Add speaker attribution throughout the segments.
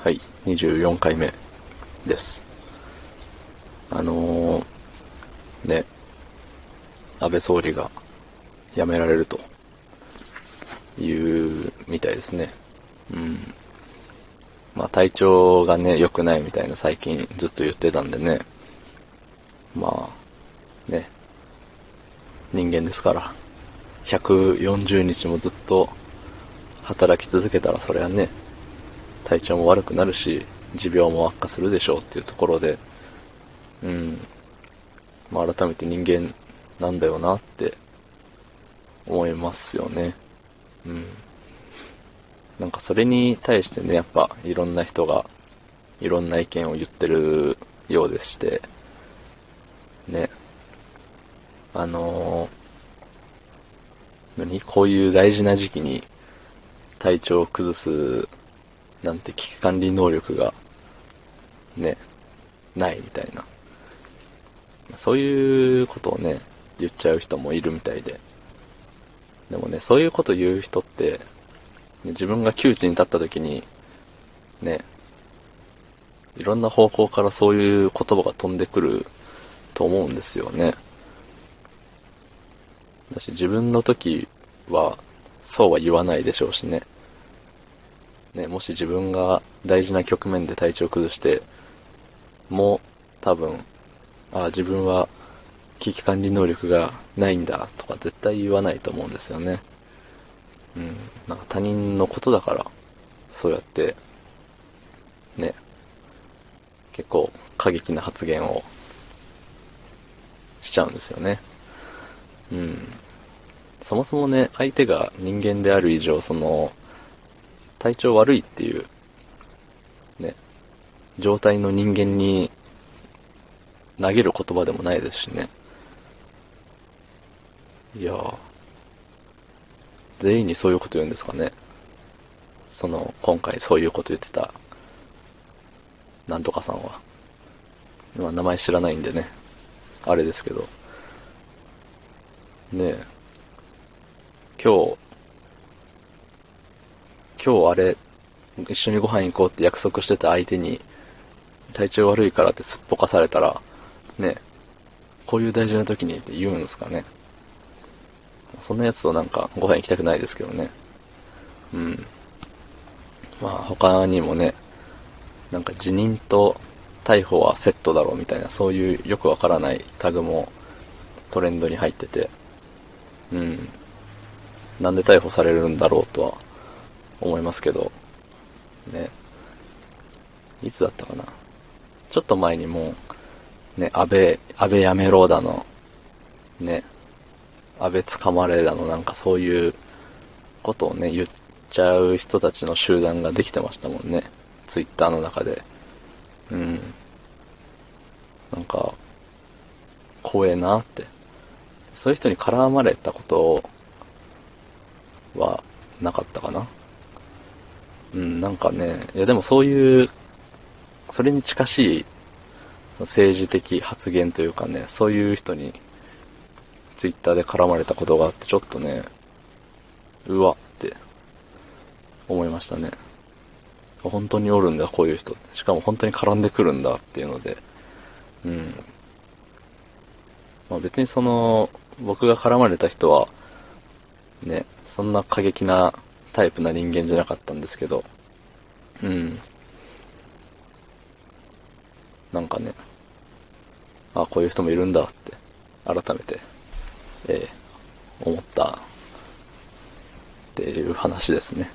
Speaker 1: はい、24回目です。ね、安倍総理が辞められるというみたいですね。まあ体調がね、良くないみたいな最近ずっと言ってたんでね。まあ、ね、人間ですから、140日もずっと働き続けたらそれはね、体調も悪くなるし、持病も悪化するでしょうっていうところで、まあ改めて人間なんだよなって思いますよね。なんかそれに対してね、やっぱいろんな人がいろんな意見を言ってるようでして、ね、こういう大事な時期に体調を崩すなんて危機管理能力がね、ないみたいな。そういうことをね、言っちゃう人もいるみたいで。でもね、そういうこと言う人って、自分が窮地に立った時に、ね、いろんな方向からそういう言葉が飛んでくると思うんですよね。だし自分の時はそうは言わないでしょうしね。ね、もし自分が大事な局面で体調崩しても多分、自分は危機管理能力がないんだとか絶対言わないと思うんですよね。なんか他人のことだからそうやってね、結構過激な発言をしちゃうんですよね。そもそもね、相手が人間である以上、体調悪いっていう、ね、状態の人間に投げる言葉でもないですしね。いやー、全員にそういうこと言うんですかね。今回そういうこと言ってた、なんとかさんは。今名前知らないんでね、あれですけど。ねえ、今日、あれ、一緒にご飯行こうって約束してた相手に、体調悪いからってすっぽかされたら、ね、こういう大事な時にって言うんですかね。そんなやつとなんかご飯行きたくないですけどね。まあ他にもね、なんか辞任と逮捕はセットだろうみたいな、そういうよくわからないタグもトレンドに入ってて、なんで逮捕されるんだろうとは思いますけど、ね、いつだったかな。ちょっと前にもね、安倍やめろだの、ね、安倍捕まれだの、なんかそういうことをね、言っちゃう人たちの集団ができてましたもんね。ツイッターの中で。なんか、怖えなって。そういう人に絡まれたことはなかったかな。なんかね、いやでもそういう、それに近しい政治的発言というかね、そういう人にツイッターで絡まれたことがあって、ちょっとね、うわって思いましたね。本当におるんだ、こういう人。しかも本当に絡んでくるんだっていうので、まあ別に僕が絡まれた人は、ね、そんな過激なタイプな人間じゃなかったんですけど、なんかね、こういう人もいるんだって、改めて、思ったっていう話ですね。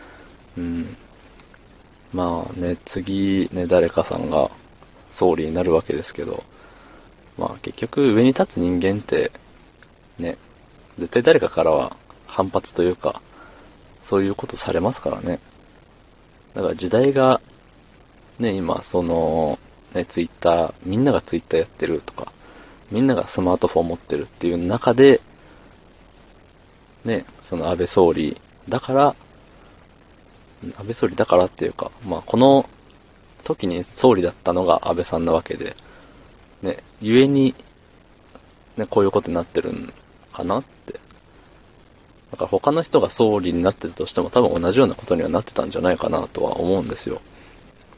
Speaker 1: まあね、次ね、誰かさんが総理になるわけですけど、まあ結局上に立つ人間って、ね、絶対誰かからは反発というか、そういうことされますからね。だから時代が、ね、今、ね、ツイッター、みんながツイッターやってるとか、みんながスマートフォン持ってるっていう中で、ね、安倍総理だから、安倍総理だからっていうか、まあこの時に総理だったのが安倍さんなわけで、ね、故に、ね、こういうことになってるんかなって。だから他の人が総理になってたとしても多分同じようなことにはなってたんじゃないかなとは思うんですよ。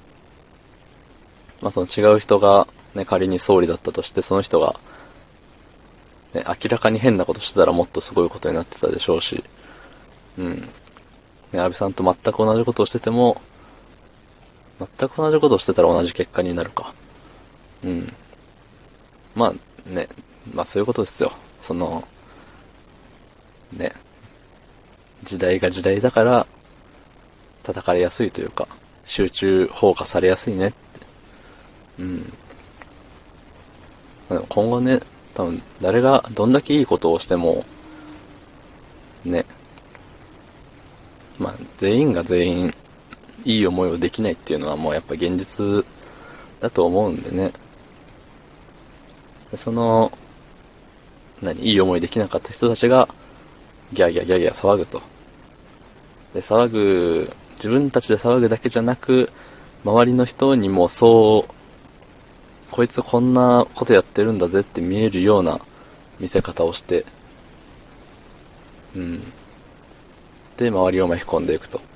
Speaker 1: その違う人がね、仮に総理だったとして、その人がね、明らかに変なことしてたらもっとすごいことになってたでしょうし、うん。ね、安倍さんと全く同じことをしてても、全く同じことをしてたら同じ結果になるか。うん。まあね、そういうことですよ。その、ね、時代が時代だから叩かれやすいというか、集中放火されやすいねって。うん。でも今後ね、多分誰がどんだけいいことをしても、ね、全員が全員いい思いをできないっていうのはもうやっぱ現実だと思うんでね。でその、いい思いできなかった人たちがギャーギャーギャーギャー騒ぐと。で、自分たちで騒ぐだけじゃなく、周りの人にもこいつこんなことやってるんだぜって見えるような見せ方をして、うん。で、周りを巻き込んでいくと。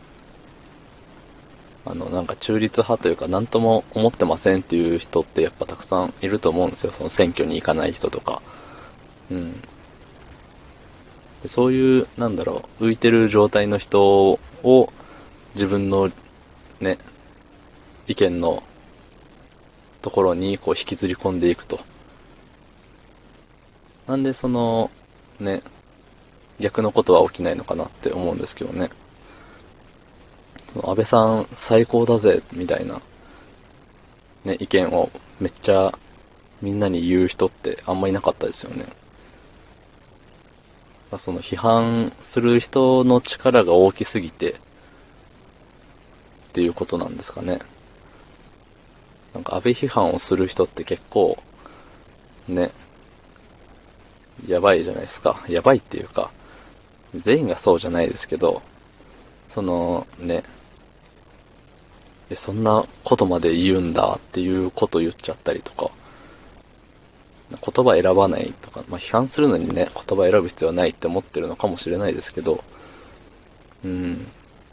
Speaker 1: なんか中立派というか何とも思ってませんっていう人ってやっぱたくさんいると思うんですよ。その選挙に行かない人とか。うん。でそういう、浮いてる状態の人を自分のね、意見のところにこう引きずり込んでいくと。なんでね、逆のことは起きないのかなって思うんですけどね。その安倍さん最高だぜ、みたいな、ね、意見をめっちゃみんなに言う人ってあんまいなかったですよね。その批判する人の力が大きすぎてっていうことなんですかね。なんか安倍批判をする人って結構ね、やばいじゃないですか。やばいっていうか、全員がそうじゃないですけど、そのね、そんなことまで言うんだっていうこと言っちゃったりとか、言葉選ばないとか、批判するのにね、言葉選ぶ必要はないって思ってるのかもしれないですけど、うん。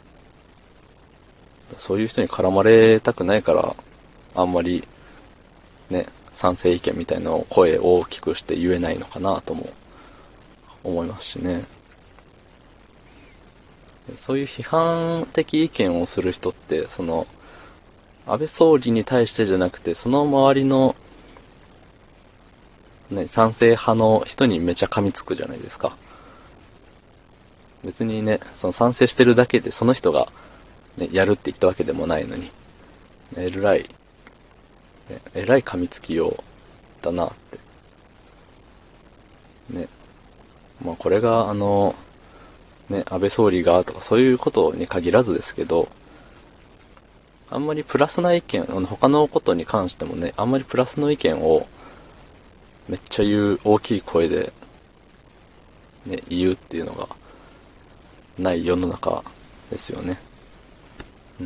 Speaker 1: そういう人に絡まれたくないから、あんまり、ね、賛成意見みたいなのを声を大きくして言えないのかなとも思いますしね。そういう批判的意見をする人って、安倍総理に対してじゃなくて、その周りの、ね、賛成派の人にめちゃ噛みつくじゃないですか。別にね、その賛成してるだけでその人が、ね、やるって言ったわけでもないのに、えらい、えらい噛みつきようだなって。ね。これがね、安倍総理がとかそういうことに限らずですけど、あんまりプラスな意見、他のことに関してもね、あんまりプラスの意見をめっちゃ言う大きい声で、ね、言うっていうのがない世の中ですよね。うん。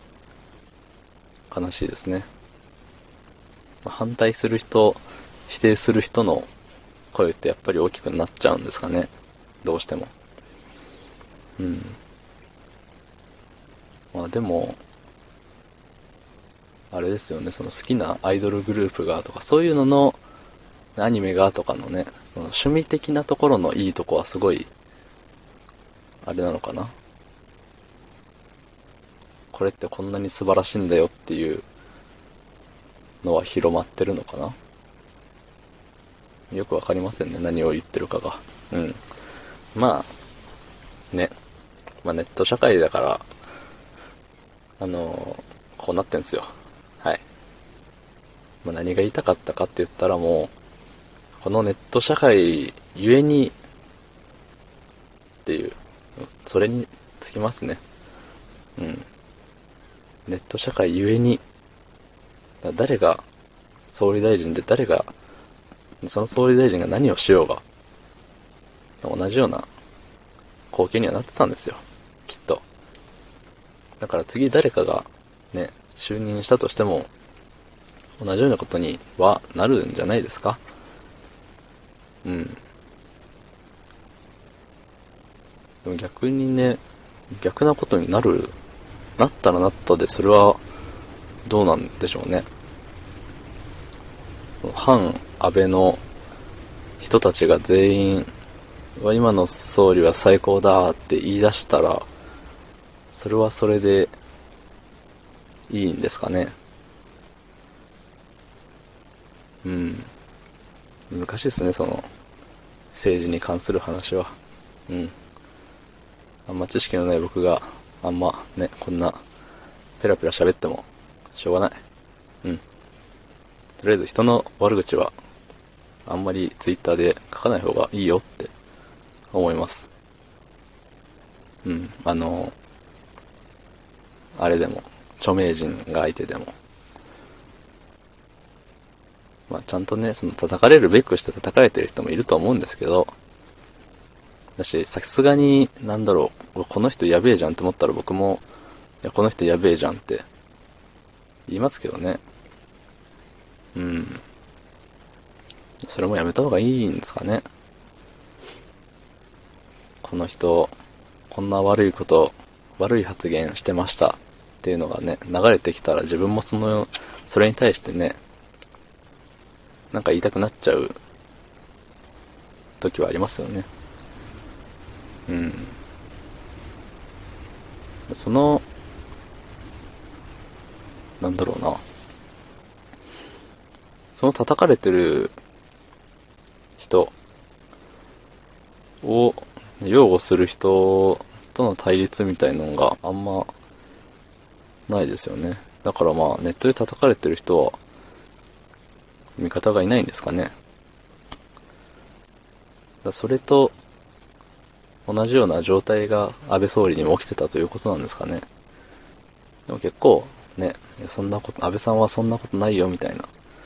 Speaker 1: 悲しいですね。反対する人、否定する人の声ってやっぱり大きくなっちゃうんですかね。どうしても。うん。でも、あれですよね、その好きなアイドルグループがとか、そういうのの、アニメがとかのね、その趣味的なところのいいとこはすごい、あれなのかな。これってこんなに素晴らしいんだよっていうのは広まってるのかな。よくわかりませんね、何を言ってるかが。うん。ね。ネット社会だから、こうなってんすよ。はい。何が言いたかったかって言ったらもう、このネット社会ゆえにっていう、それにつきますね。うん。ネット社会ゆえに、誰が総理大臣でその総理大臣が何をしようが、同じような光景にはなってたんですよ。きっと。だから次誰かがね、就任したとしても、同じようなことにはなるんじゃないですか。うん。でも逆にね、逆なことになったらなったで、それはどうなんでしょうね。 その反安倍の人たちが全員今の総理は最高だって言い出したら、それはそれでいいんですかね。難しいですね、その政治に関する話は。あんま知識のない僕があんまね、こんなペラペラ喋ってもしょうがない。とりあえず人の悪口はあんまりツイッターで書かない方がいいよって思います。あれでも、著名人が相手でも。ちゃんとね、その叩かれるべくして叩かれてる人もいると思うんですけど、だし、さすがに、この人やべえじゃんって思ったら僕も、いや、この人やべえじゃんって言いますけどね。それもやめた方がいいんですかね。この人、こんな悪い発言してましたっていうのがね、流れてきたら自分もそれに対してね、なんか言いたくなっちゃう時はありますよね。その、その叩かれてる人を擁護する人との対立みたいのがあんまないですよね。だからネットで叩かれてる人は味方がいないんですかね。それと同じような状態が安倍総理にも起きてたということなんですかね。でも結構ね、そんなこと、安倍さんはそんなことないよみたいな、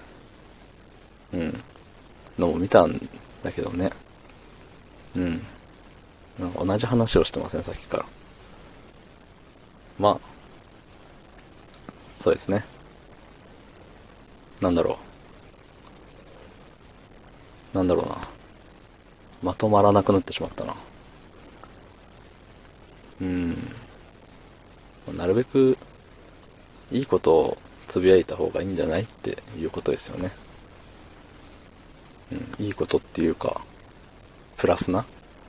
Speaker 1: のも見たんだけどね。なんか同じ話をしてません、さっきから。そうですね。なんだろうな。まとまらなくなってしまったな。なるべくいいことをつぶやいた方がいいんじゃないっていうことですよね。いいことっていうか、プラスな、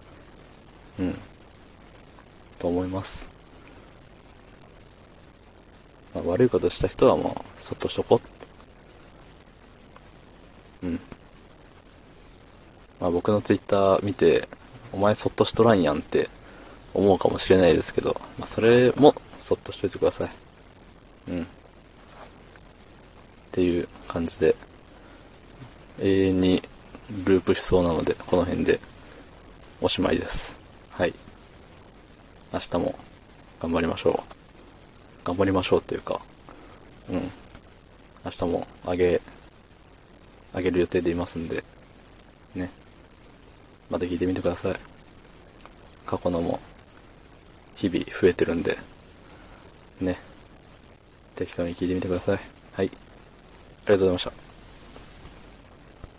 Speaker 1: と思います。悪いことした人はもう、そっとしとこうって。僕のツイッター見て、お前そっとしとらんやんって思うかもしれないですけど、それもそっとしといてください。っていう感じで、永遠にループしそうなので、この辺でおしまいです。はい。明日も頑張りましょう。頑張りましょうっていうか、明日もあげる予定でいますんで、ね。また聞いてみてください。過去のも日々増えてるんで、ね。適当に聞いてみてください。はい。ありがとうございました。